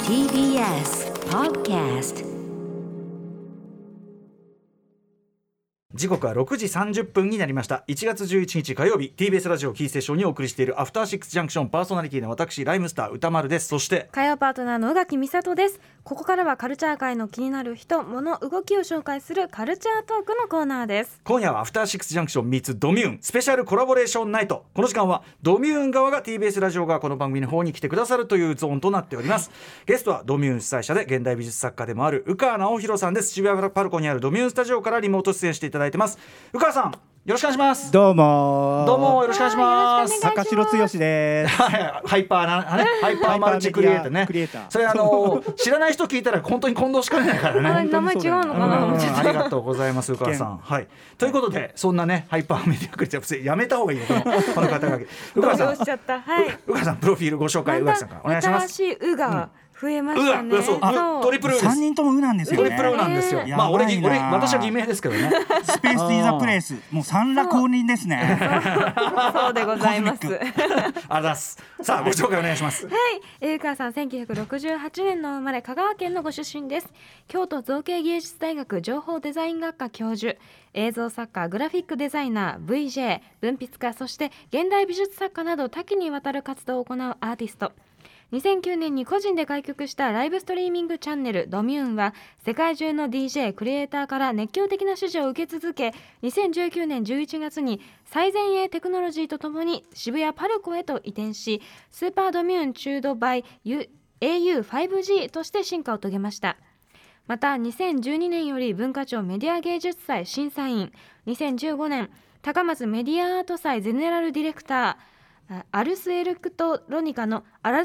TBS Podcast。 時刻は6時30分になりました。1月11日火曜日、 TBS ラジオキーステーションにお送りしているアフターシックスジャンクション、パーソナリティの私ライムスター歌丸です。そして火曜パートナーの宇垣美里です。ここからはカルチャー界の気になる人物動きを紹介するカルチャートークのコーナーです。 今夜はアフターシックスジャンクション meets ドミューンスペシャルコラボレーションナイト。この時間はドミューン側が TBS ラジオ側この番組の方に来てくださるというゾーンとなっております。ゲストはドミューン主催者で現代美術作家でもある宇川直弘さんです。渋谷パルコにあるドミューンスタジオからリモート出演していただいてます。宇川さん、よろしくお願いします。 どうもよろしくお願いします。 赤白剛です。 ハイパーマルチクリエイターね。それ知らない人聞いたら本当に混同しかねないからね。 名前違うのかな。 ありがとうございます宇川さん。はい。ということでそんなねハイパーメディアクリエイターやめた方がいいよこの方が。宇川さん。 どうしちゃった。はい。 宇川さんプロフィールご紹介宇川さんからお願いします。 新しい宇が増えましたね。 トリプルウです。 3人ともウなんですよね。 トリプルウなんですよ。まあ私は偽名ですけどね。 スペースイザプレイス、もう三羅公認ですね。 そうでございます。 あざす。さあご紹介お願いします。 はい、宇川さん1968年の生まれ、香川県のご出身です。京都造形芸術大学情報デザイン学科教授、映像作家、グラフィックデザイナー、 VJ、 文筆家、そして現代美術作家など多岐にわたる活動を行うアーティスト。2009年に個人で開局したライブストリーミングチャンネルドミューンは世界中の DJ クリエイターから熱狂的な支持を受け続け、2019年11月に最前衛テクノロジーとともに渋谷パルコへと移転し、スーパードミューンチュードバイ au5G として進化を遂げました。また2012年より文化庁メディア芸術祭審査員、2015年高松メディアアート祭ゼネラルディレクター、アルスエレクトロニカの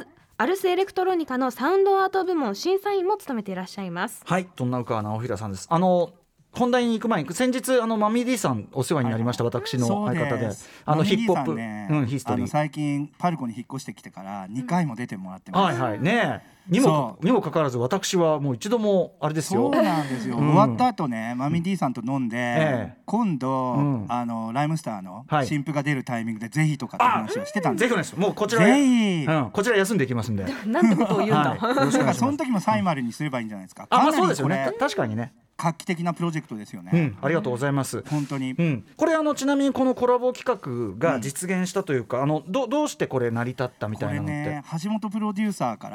サウンドアート部門審査員も務めていらっしゃいます。 はい、そんな宇川直弘さんです。本題に行く前に先日マミー D さんお世話になりました、私の相方でヒップホップ、ね、ヒストリー最近パルコに引っ越してきてから2回も出てもらってます、 はいはいね。にもかかわらず私はもう一度もあれですよ。 そうなんですよ、終わった後ねマミー D さんと飲んで、今度、ライムスターの新譜が出るタイミングでぜひとかって話をしてたんです。 ぜひもうこちら休んでいきますんでなんてことを言うんだ、 その時もサイマルにすればいいんじゃないですか。 そうですよね、確かにね、 画期的なプロジェクトですよね、 ありがとうございます。 本当に、 これちなみにこのコラボ企画が実現したというか、どうしてこれ成り立ったみたいなのって。 これね、橋本プロデューサーから、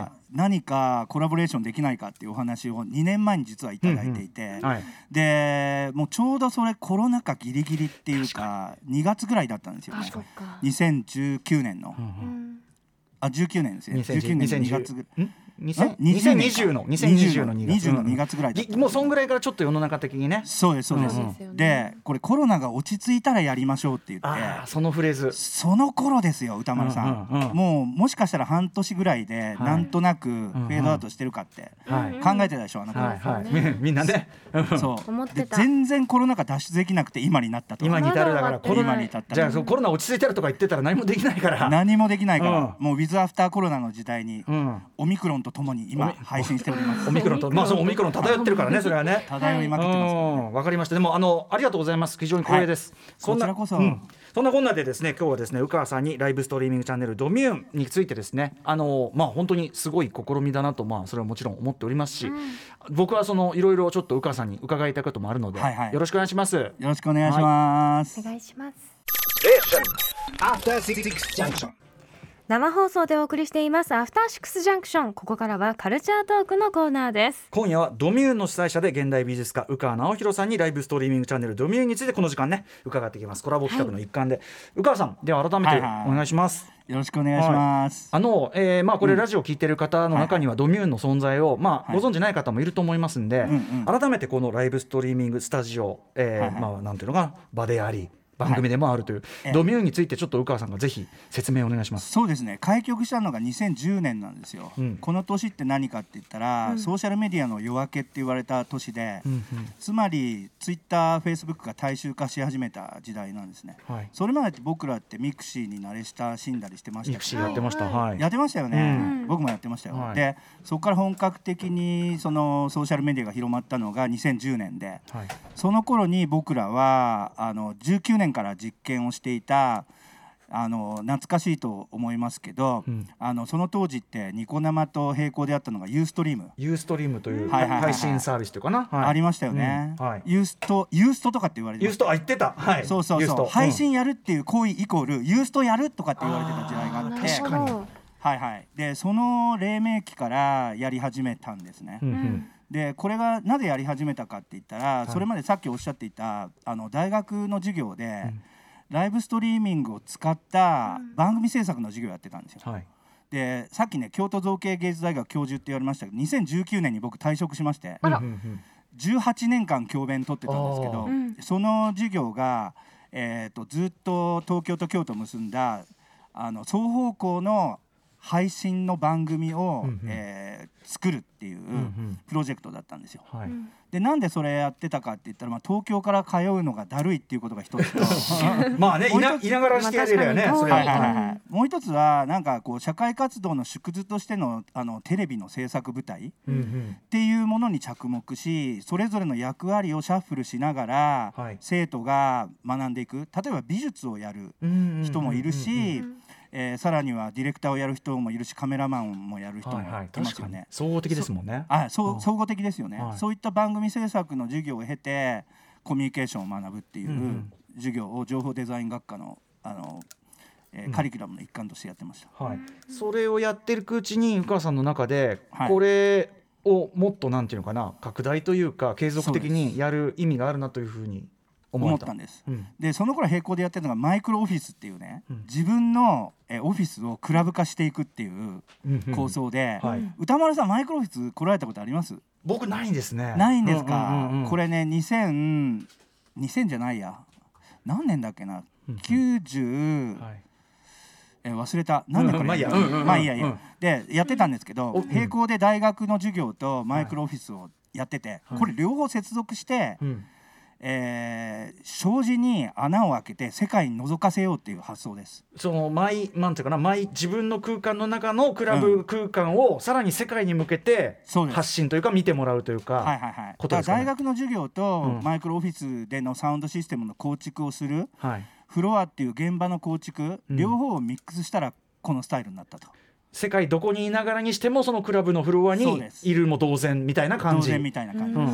何かコラボレーションできないかっていうお話を2年前に実はいただいていて、でもうちょうどそれコロナ禍ギリギリっていうか2月ぐらいだったんですよね。2019年の、19年ですね。19年の2月ぐらい、2020の2月ぐらいだった。 もうそんぐらいからちょっと世の中的にね。 そうです。でこれコロナが落ち着いたらやりましょうって言って、 そのフレーズ、 その頃ですよ歌丸さん、もしかしたら半年ぐらいでなんとなくフェードアウトしてるかって考えてたでしょ、あなた。 みんなね。 そうで全然コロナ禍脱出できなくて今になったと。 今に至るだからじゃあコロナ落ち着いてるとか言ってたら何もできないから、もうウィズアフターコロナの時代にオミクロンとともに今配信しております。 オミクロンと、オミクロン漂ってるからね、それはね。 漂いまくってます。 わかりました。でもありがとうございます。非常に光栄です。 こちらこそ。 そんなこんなでですね、今日はですね宇川さんにライブストリーミングチャンネルドミューンについてですね、本当にすごい試みだなと、それはもちろん思っておりますし、僕はいろいろちょっと宇川さんに伺いたいこともあるので、よろしくお願いします。 よろしくお願いします。 お願いします。 After 66 junction。 生放送でお送りしていますアフターシックスジャンクション。ここからはカルチャートークのコーナーです。 今夜はドミューンの主催者で現代美術家宇川直弘さんにライブストリーミングチャンネルドミューンについてこの時間ね伺っていきます。コラボ企画の一環で、宇川さんでは改めてお願いします。 よろしくお願いします。 これラジオを聞いてる方の中にはドミューンの存在をご存じない方もいると思いますんで、改めてこのライブストリーミングスタジオ、なんていうのが場であり番組でもあるという、ドミューンについてちょっと宇川さんがぜひ説明お願いします。 そうですね、開局したのが2010年なんですよ、この年って何かって言ったら、ソーシャルメディアの夜明けって言われた年で、つまりツイッター、フェイスブックが大衆化し始めた時代なんですね、それまでって僕らってミクシーに慣れ親しんだりしてました。 ミクシーやってました、 やってましたよね、僕もやってましたよ、でそこから本格的にそのソーシャルメディアが広まったのが2010年で、その頃に僕らは19年から実験をしていた懐かしいと思いますけど、その当時ってニコ生と並行であったのがユーストリームという配信サービスというかな、 ありましたよね、ユーストとかって言われてユースト言ってた、 そう配信やるっていう行為イコールユーストやるとかって言われてた時代があって、 確かに、 でその黎明期からやり始めたんですね、でこれがなぜやり始めたかって言ったら、それまでさっきおっしゃっていた大学の授業で、ライブストリーミングを使った番組制作の授業をやってたんですよ、でさっきね京都造形芸術大学教授って言われましたけど、2019年に僕退職しまして、18年間教鞭取ってたんですけど、その授業が、ずっと東京と京都を結んだ双方向の配信の番組を、作るっていうプロジェクトだったんですよ、でなんでそれやってたかって言ったら、東京から通うのがだるいっていうことが一つとまあね、いながらしてやれるよね、 もう一つはなんかこう社会活動の縮図としてのテレビの制作舞台っていうものに着目し、それぞれの役割をシャッフルしながら生徒が学んでいく。例えば美術をやる人もいるし、さらにはディレクターをやる人もいるし、カメラマンもやる人もいますよね。 総合的ですもんね。 総合的ですよね、そういった番組制作の授業を経てコミュニケーションを学ぶっていう授業を情報デザイン学科のカリキュラムの一環としてやってました、 それをやっていくうちに宇川さんの中で、これをもっとなんていうのかな、拡大というか継続的にやる意味があるなというふうに思ったんです、でその頃並行でやってるのがマイクロオフィスっていうね、自分のオフィスをクラブ化していくっていう構想で、歌丸さんマイクロオフィス来られたことあります？ 僕ないんですね。 ないんですか、これね2000じゃないや、何年だっけな、90、忘れた、なんでこれ、まあいいや、でやってたんですけど、並行で大学の授業とマイクロオフィスをやってて、これ両方接続して、障子に穴を開けて世界に覗かせようっていう発想です。 そのなんていうかな、自分の空間の中のクラブ空間をさらに世界に向けて発信というか見てもらうというか、 だから大学の授業とマイクロオフィスでのサウンドシステムの構築をする、フロアっていう現場の構築、両方をミックスしたらこのスタイルになったと。 世界どこにいながらにしてもそのクラブのフロアにいるも同然みたいな感じ。 同然みたいな感じです。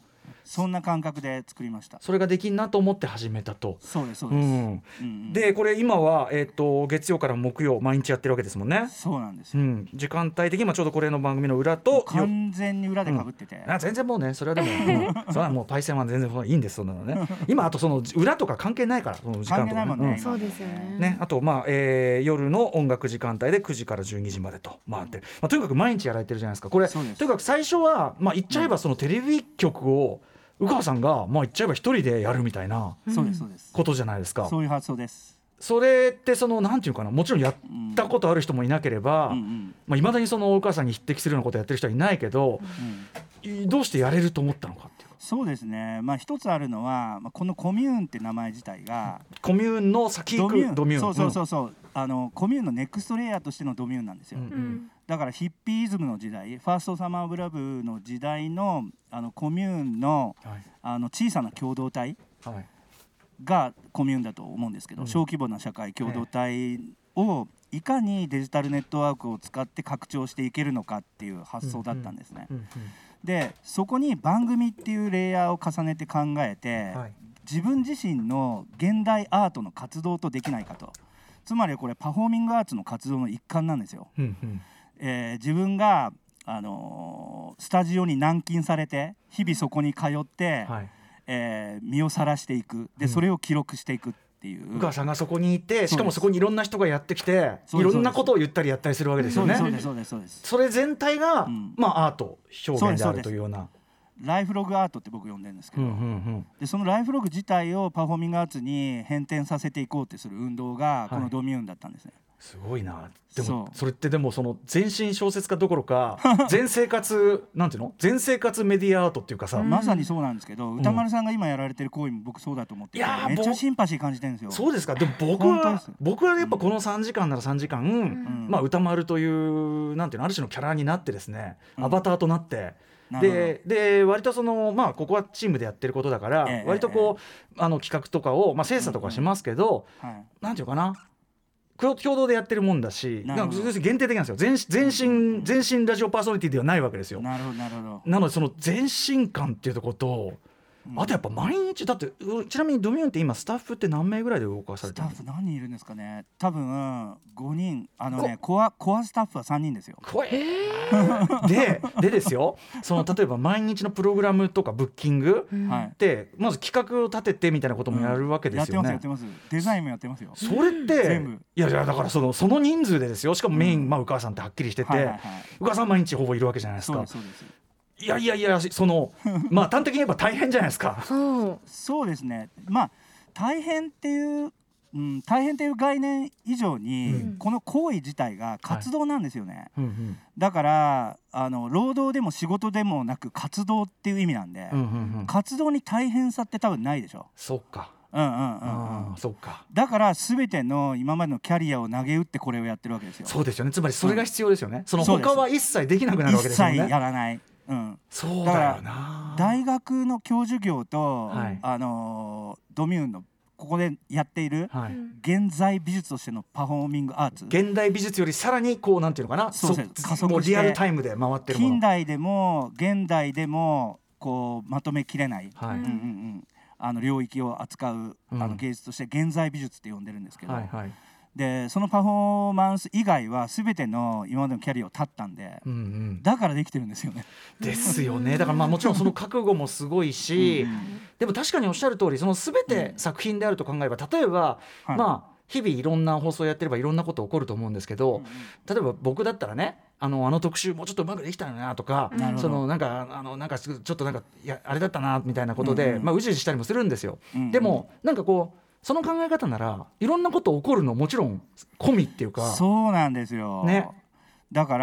そんな感覚で作りました。 それができんなと思って始めたと。 そうです。 でこれ今は、月曜から木曜毎日やってるわけですもんね。 そうなんですよ、 時間帯的にちょうどこれの番組の裏と完全に裏で被ってて、 全然もうね、それはでもそれはもうパイセンは全然いいんです、そんなのね今あとその裏とか関係ないから、その時間とかね、 そうですよね。 あと夜の音楽時間帯で9時から12時までと回って、とにかく毎日やられてるじゃないですか。これとにかく最初は言っちゃえばそのテレビ局を宇川さんが言っちゃえば一人でやるみたいなことじゃないですか。 そういう発想です。 それってなんていうかな、もちろんやったことある人もいなければ、いまだにその宇川さんに匹敵するようなことやってる人はいないけど、どうしてやれると思ったのかっていう。 そうですね、一つあるのは、このコミューンって名前自体がコミューンの先行くドミューン、 そうコミューンのネクストレイヤーとしてのドミューンなんですよ、だからヒッピーイズムの時代、ファーストサマーオブラブの時代のコミューンの、小さな共同体がコミューンだと思うんですけど、小規模な社会共同体をいかにデジタルネットワークを使って拡張していけるのかっていう発想だったんですね。でそこに番組っていうレイヤーを重ねて考えて、自分自身の現代アートの活動とできないかと。つまりこれパフォーミングアーツの活動の一環なんですよ。自分が、スタジオに軟禁されて日々そこに通って、身をさらしていく、でそれを記録していくっていう、 宇川さんがそこにいて、しかもそこにいろんな人がやってきていろんなことを言ったりやったりするわけですよね。 そうです。 それ全体が、アート表現であるというようなライフログアートって僕呼んでるんですけど、でそのライフログ自体をパフォーミングアーツに変転させていこうってする運動がこのドミューンだったんですね。 すごいな。でもそれってでもその全身小説家どころか全生活なんていうの、全生活メディアアートっていうかさ、 まさにそうなんですけど、歌丸さんが今やられてる行為も僕そうだと思ってて、めっちゃシンパシー感じてるんですよ。 そうですか。でも僕はやっぱこの3時間なら3時間、歌丸というなんていうの、ある種のキャラになってですね、アバターとなってで割とそのここはチームでやってることだから、割とこう企画とかを精査とかしますけど、なんていうかな、共同でやってるもんだし、なんか限定的なんですよ。全身ラジオパーソナリティではないわけですよ。なのでその全身感っていうところと、あとやっぱ毎日だって、ちなみにドミューンって今スタッフって何名ぐらいで動かされてるの？ スタッフ何人いるんですかね。多分5人、コアスタッフは3人ですよ。 でですよ、その例えば毎日のプログラムとかブッキングってまず企画を立ててみたいなこともやるわけですよね。 やってますデザインもやってますよ。 それって全部、いやだからその人数でですよ。しかもメイン、宇川さんってはっきりしてて、宇川さん毎日ほぼいるわけじゃないですか。 そうです。 いやその端的に言えば大変じゃないですか。 そうですね。大変っていう概念以上に、この行為自体が活動なんですよね。だから労働でも仕事でもなく活動っていう意味なんで、活動に大変さって多分ないでしょ。 そうか。そうか。 だから全ての今までのキャリアを投げ打ってこれをやってるわけですよ。 そうですよね。つまりそれが必要ですよね。その他は一切できなくなるわけですよね。 一切やらない。 そうだよな。 大学の教授業と、ドミューンのここでやっている現在美術としてのパフォーミングアーツ、 現代美術よりさらにこうなんていうのかな、 加速してリアルタイムで回ってるもの、 近代でも現代でもこうまとめきれない、領域を扱う芸術として現在美術って呼んでるんですけど、でそのパフォーマンス以外は全ての今までのキャリアを断ったんで、だからできてるんですよね。 ですよね。だからもちろんその覚悟もすごいし、でも確かにおっしゃる通り、その全て作品であると考えれば、例えば日々いろんな放送やってればいろんなこと起こると思うんですけど、例えば僕だったらね、あの特集もうちょっとうまくできたらなとか、そのなんかちょっとあれだったなみたいなことでうじうじしたりもするんですよ。でもなんかこうその考え方ならいろんなこと起こるのもちろん込みっていうか。 そうなんですよ、ね。だから、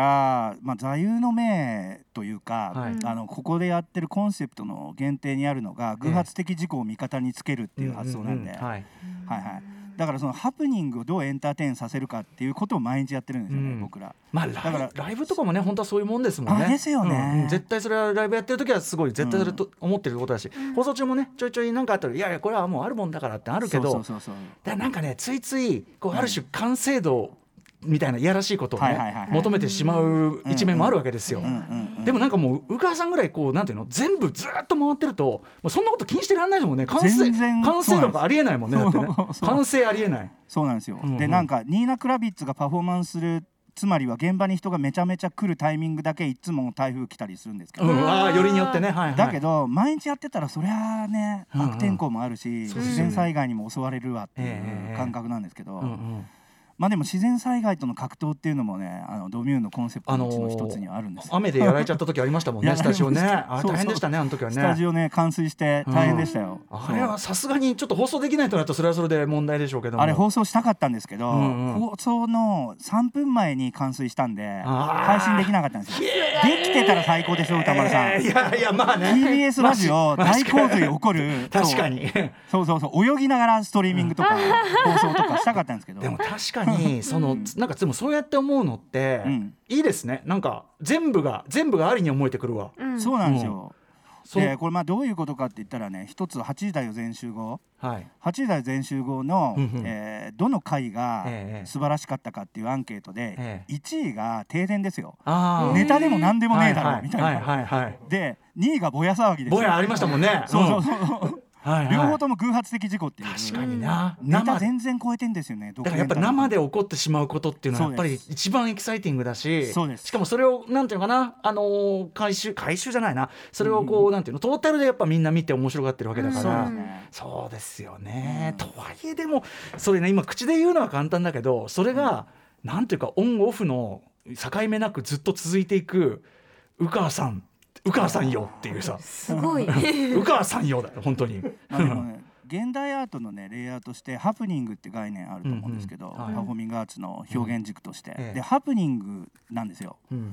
座右の銘というか、ここでやってるコンセプトの限定にあるのが偶発的事故を味方につけるっていう発想なんで、だからそのハプニングをどうエンターテインさせるかっていうことを毎日やってるんですよね、僕ら。 だからライブとかもね、本当はそういうもんですもんね。 ですよね、 絶対それはライブやってる時はすごい絶対それと思ってることだし、放送中もねちょいちょいなんかあったら、いやいやこれはもうあるもんだからってあるけど、なんかねついついこうある種完成度みたいないやらしいことをね求めてしまう一面もあるわけですよ。でもなんかもう宇川さんぐらいこうなんていうの、全部ずっと回ってるともうそんなこと気にしてらんないですもんね。完成度がありえないもんね。だってね完成ありえない。 そうなんですよ。でなんかニーナ・クラビッツがパフォーマンスする、つまりは現場に人がめちゃめちゃ来るタイミングだけいつも台風来たりするんですけど、 よりによってね、 だけど毎日やってたらそりゃあね、悪天候もあるし、自然災害にも襲われるわっていう感覚なんですけど、でも自然災害との格闘っていうのもね、ドミューンのコンセプトのうちの一つにはあるんですよ。 雨でやられちゃった時ありましたもんねスタジオね。大変でしたね、あの時はね。 スタジオね冠水して大変でしたよ。 あれはさすがにちょっと放送できないとなるとそれはそれで問題でしょうけども、 あれ放送したかったんですけど、放送の3分前に冠水したんで配信できなかったんですよ。できてたら最高でしょ歌丸さん。 いやまあね、 TBS ラジオ大洪水起こる確かにそう泳ぎながらストリーミングとか放送とかしたかったんですけど、 でも確かにそのなんかでもそうやって思うのっていいですね。なんか全部がありに思えてくるわ。 そうなんですよ。でこれどういうことかって言ったらね、一つ8時台全集合、8時台全集合のどの回が素晴らしかったかっていうアンケートで1位が停電ですよ。ネタでも何でもねえだろみたいな。で2位がぼや騒ぎです。 ぼやありましたもんね。 そう両方とも偶発的事故っていう。 確かにな、 ネタ全然超えてんですよね。 だからやっぱ生で起こってしまうことっていうのはやっぱり一番エキサイティングだし、しかもそれをなんていうのかな、回収じゃないな、それをこうなんていうの、トータルでやっぱみんな見て面白がってるわけだから、そうですよね。とはいえでもそれね、今口で言うのは簡単だけど、それがなんていうかオンオフの境目なくずっと続いていく宇川さんよっていうさ、 すごい宇川さんよだよ本当に。 現代アートのねレイヤーとしてハプニングって概念あると思うんですけど、パフォーミングアーツの表現軸として、でハプニングなんですよ。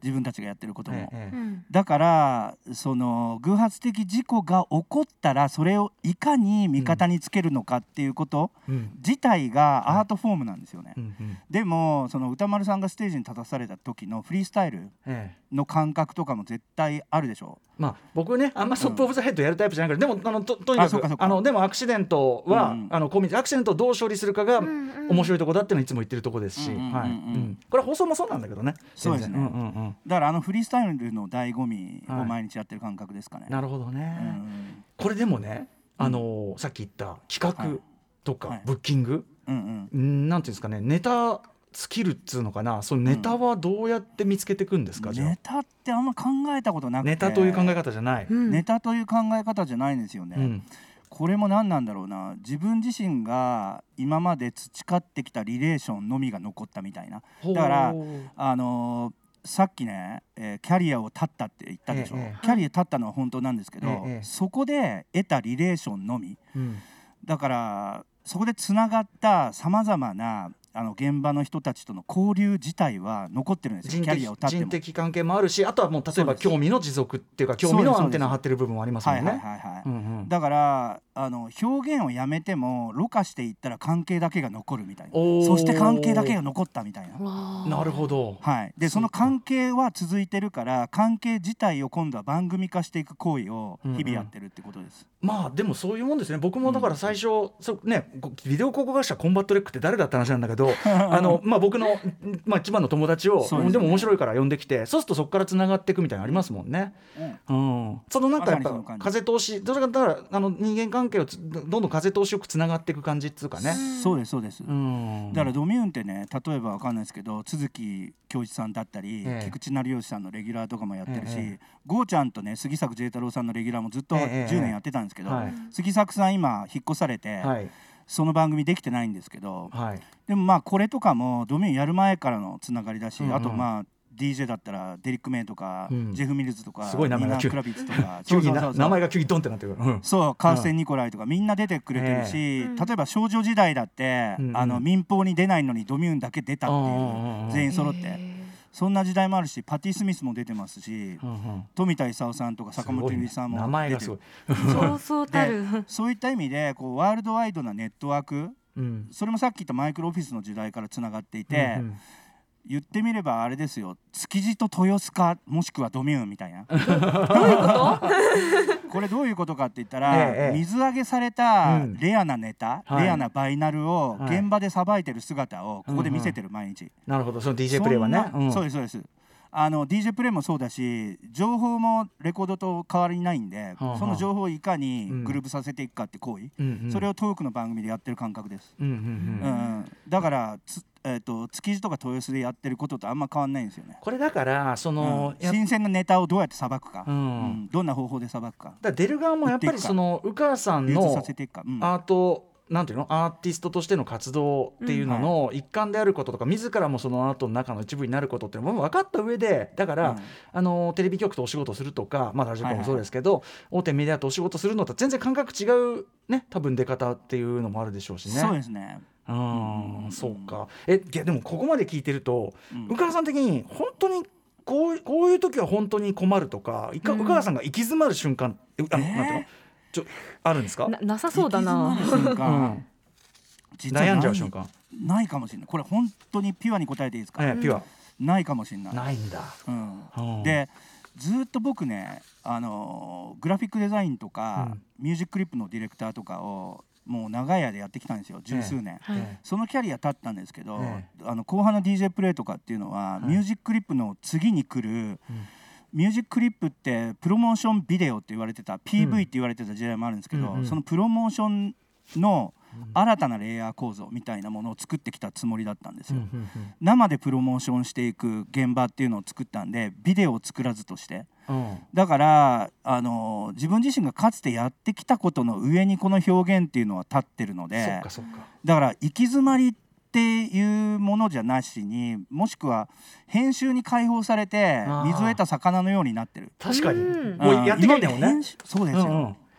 自分たちがやってることも、 うん、 だからその偶発的事故が起こったらそれをいかに味方につけるのかっていうこと自体がアートフォームなんですよね、でもその歌丸さんがステージに立たされた時のフリースタイルの感覚とかも絶対あるでしょう。 まあ、僕ねあんまトップオブザヘッドやるタイプじゃないから、でもとにかくでもアクシデントは、アクシデントをどう処理するかが面白いところだっていうのはいつも言ってるところですし、これは放送もそうなんだけどね。 そうですね、だからフリースタイルの醍醐味を毎日やってる感覚ですかね。 なるほどね、これでもね、さっき言った企画とかブッキング、なんていうんですかね、ネタスキルっつうのかな、そのネタはどうやって見つけていくんですか？じゃあネタってあんま考えたことなくて。 ネタという考え方じゃない、 ネタという考え方じゃないんですよね、これも何なんだろうな、自分自身が今まで培ってきたリレーションのみが残ったみたいな。だからさっきね、キャリアを断ったって言ったでしょ、キャリア断ったのは本当なんですけど、そこで得たリレーションのみ、だからそこでつながったさまざまな現場の人たちとの交流自体は残ってるんですよ。キャリアを経っても人的関係もあるし、あとはもう例えば興味の持続っていうか、興味のアンテナ張ってる部分もありますもんね。 だから表現をやめてもろ過していったら関係だけが残るみたいな、そして関係だけが残ったみたいな。 なるほど、 でその関係は続いてるから、関係自体を今度は番組化していく行為を日々やってるってことです、 まあでもそういうもんですね。僕もだから最初、ビデオ考古学者コンバットレックって誰だって話なんだけど僕の、一番の友達を でも面白いから呼んできて、そうするとそこからつながっていくみたいなのありますもんね、そのなんかやっぱ風通し、だから人間関係をどんどん風通しよくつながっていく感じっていうかね。 そうですそうです、だからドミューンってね、例えば分かんないですけど、都築恭一さんだったり、菊池成吉さんのレギュラーとかもやってるし、ゴーちゃんとね杉作 J 太郎さんのレギュラーもずっと10年やってたんですけど、杉作さん今引っ越されて、その番組できてないんですけど、でもこれとかもドミューンやる前からのつながりだし、あとDJ だったらデリック・メイとか、ジェフ・ミルズとか、 すごい名前がクラビッツとか名前が急にドンってなってくる、 そうカーステン・ニコライとかみんな出てくれてるし、例えば少女時代だって、民放に出ないのにドミューンだけ出たっていう、全員揃って、そんな時代もあるし、パティ・スミスも出てますし、富田勲さんとか坂本龍一さんも出てる。そういった意味でワールドワイドなネットワーク、それもさっき言ったマイクロオフィスの時代からつながっていて、言ってみればあれですよ、築地と豊洲かもしくはドミューンみたいな。 どういうことこれどういうことかって言ったら、水揚げされたレアなネタ、レアなバイナルを現場でさばいてる姿をここで見せてる毎日。 なるほど、その DJ プレイはね。 そうですそうです。DJ プレイもそうだし、情報もレコードと変わりないんで、その情報をいかにグループさせていくかって行為、それをトークの番組でやってる感覚です。だから築地とか豊洲でやってることとあんま変わんないんですよね。 これだから新鮮なネタをどうやってさばくか、どんな方法でさばくか。 だ出る側もやっぱりその宇川さんのアート、なんていうの、アーティストとしての活動っていうのの一環であることとか、自らもそのアートの中の一部になることっていうのも分かった上で、だから、テレビ局とお仕事するとか、ラジオ局もそうですけど、大手メディアとお仕事するのと全然感覚違うね、多分出方っていうのもあるでしょうしね。 そうですね。 そうか。でもここまで聞いてると、宇川さん的に本当にこういう時は本当に困るとか、宇川さんが行き詰まる瞬間、なんていうのあるんですか？ なさそうだな。 悩んじゃう瞬間ないかもしれない。これ本当にピュアに答えていいですか？ ピュアないかもしれない。 ないんだ。 でずっと僕ね、グラフィックデザインとか、ミュージッククリップのディレクターとかをもう長い間やってきたんですよ、十数年。そのキャリア経ったんですけど、後半の DJ プレイとかっていうのは、ミュージッククリップの次に来る、ミュージッククリップってプロモーションビデオって言われてた、 PV って言われてた時代もあるんですけど、そのプロモーションの新たなレイヤー構造みたいなものを作ってきたつもりだったんですよ。生でプロモーションしていく現場っていうのを作ったんで、ビデオを作らずとして、だから自分自身がかつてやってきたことの上にこの表現っていうのは立ってるので、だから行き詰まりっていうものじゃなしに、もしくは編集に解放されて水を得た魚のようになってる。 確かにもうやってきてもね。 そうですよ。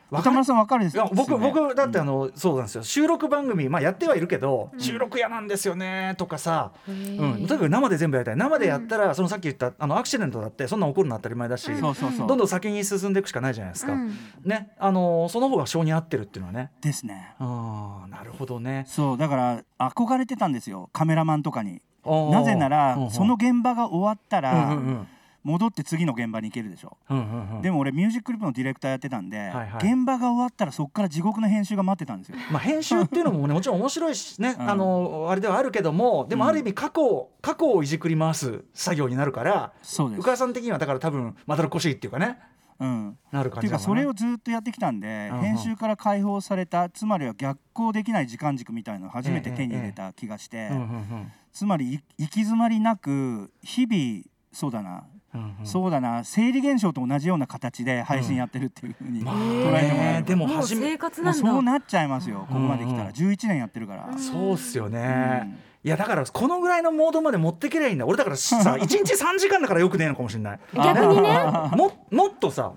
歌丸さん分かるですよ、ね、 僕だってそうなんですよ、収録番組、やってはいるけど、収録嫌なんですよねとかさ、とにかく生で全部やりたい。生でやったら、そのさっき言ったアクシデントだってそんな起こるの当たり前だし、どんどん先に進んでいくしかないじゃないですか、ね、その方が性に合ってるっていうのはね。 ですね。 なるほどね。 そうだから憧れてたんですよ、カメラマンとかに。なぜなら、その現場が終わったら、戻って次の現場に行けるでしょ、でも俺ミュージックリップのディレクターやってたんで、現場が終わったらそこから地獄の編集が待ってたんですよ。 編集っていうのもねもちろん面白いしね、あれではあるけども、でもある意味過去をいじくり回す作業になるから、 そうです。 宇川さん的にはだから多分またろっこしいっていうかね、なる感じだもんね。っていうかそれをずっとやってきたんで、編集から解放された、つまりは逆行できない時間軸みたいなのを初めて手に入れた気がして、つまり行き詰まりなく日々そうだな生理現象と同じような形で配信やってるっていう風に捉えてもらえる。 でも生活なんだ。 そうなっちゃいますよ、ここまで来たら。11年やってるから。 そうっすよね。いやだからこのぐらいのモードまで持ってけりゃいいんだ。俺だからさ1日3時間だからよくねえのかもしれない。 逆にねもっと差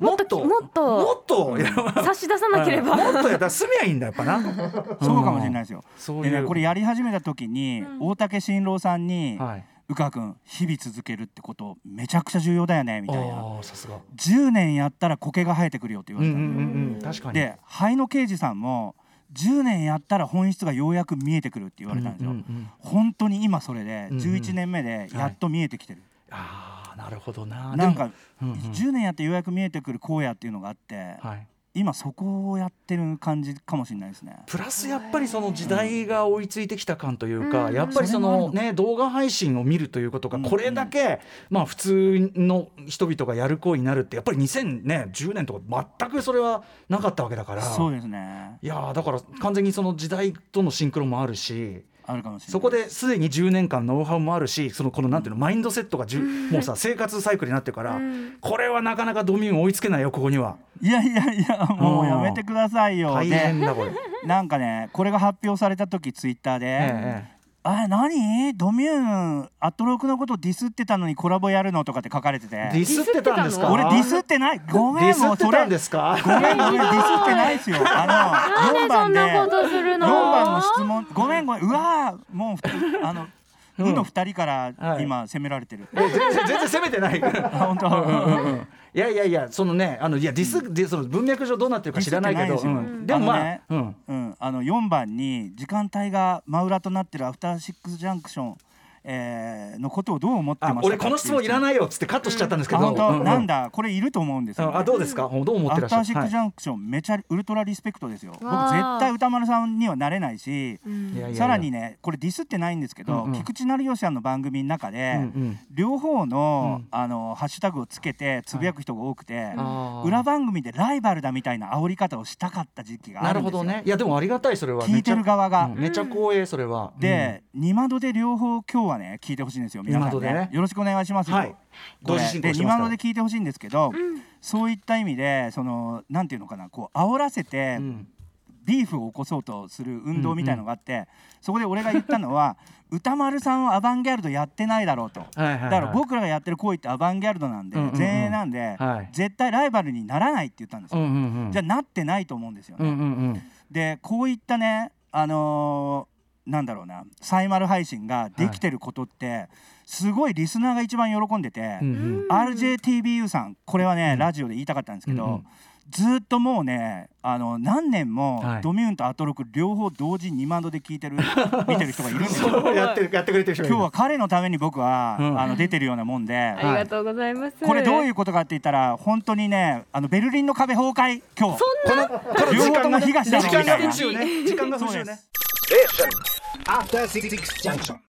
し出さなければもっとやったら住みゃいいんだやっぱな。 そうかもしれないですよ。でね、これやり始めた時に大竹新郎さんに、宇川君日々続けるってことめちゃくちゃ重要だよねみたいな。 さすが 10年やったら苔が生えてくるよって言われたん確かに。 で灰野刑事さんも10年やったら本質がようやく見えてくるって言われたんですよ。本当に今それで11年目でやっと見えてきてる。 なるほどな。 なんか10年やってようやく見えてくる荒野っていうのがあって、今そこをやってる感じかもしれないですね。 プラスやっぱりその時代が追いついてきた感というか、やっぱりそのね動画配信を見るということがこれだけ普通の人々がやる行為になるってやっぱり2010年とか全くそれはなかったわけだから。 そうですね。 いやだから完全にその時代とのシンクロもあるし、 あるかもしれない。 そこですでに10年間ノウハウもあるし、このなんていうのマインドセットがもうさ生活サイクルになってるから、これはなかなかドミューン追いつけないよここには。 いやもうやめてくださいよ。 大変だこれ。 なんかねこれが発表された時ツイッターで、何ドミューンアットロークのことディスってたのにコラボやるのとかって書かれてて。 ディスってたんですか。 俺ディスってない。ごめん、 ディスってたんですか。 ごめんディスってないですよ。4番で4番の質問ごめんうわーもうの2人から今責められてる。 全然責めてない。 本当。 いやそのねいやディスその文脈上どうなってるか知らないけど、でも 4番に時間帯が真裏となってるアフターシックスジャンクションのことをどう思ってましたか。 俺この質問いらないよっつってカットしちゃったんですけど、 本当なんだこれいると思うんですよ、ね。 どうですか。どう思ってらっしゃる。 アフターシックスジャンクションめちゃウルトラリスペクトですよ。僕絶対歌丸さんにはなれないし、さらにねこれディスってないんですけど、菊池成吉さんの番組の中で、両方のハッシュタグをつけてつぶやく人が多くて、裏番組でライバルだみたいな煽り方をしたかった時期があるんですよ。 なるほどね。いやでもありがたい。それは聞いてる側がめちゃ光栄。それはで2窓で両方今日はね聞いてほしいんですよ。皆さんねよろしくお願いしますよ。 同時進行しますから。 2窓で聞いてほしいんですけど、そういった意味でなんていうのかな煽らせてビーフを起こそうとする運動みたいのがあって、そこで俺が言ったのは歌丸さんはアバンギャルドやってないだろうと。だから僕らがやってる行為ってアバンギャルドなんで前衛なんで絶対ライバルにならないって言ったんですよ。じゃあなってないと思うんですよね。でこういったねなんだろうなサイマル配信ができてることってすごいリスナーが一番喜んでて、RJTBU さんこれはねラジオで言いたかったんですけど、ずっともうね何年もドミューンとアトロク両方同時2万度で聞いてる見てる人がいるんですよ。 やってくれてる人がいる。 今日は彼のために僕は出てるようなもんで、 ありがとうございます。 これどういうことかって言ったら本当にねベルリンの壁崩壊今日この両方とも東だろみたいな時間が欲しいよね。 After 66 junction.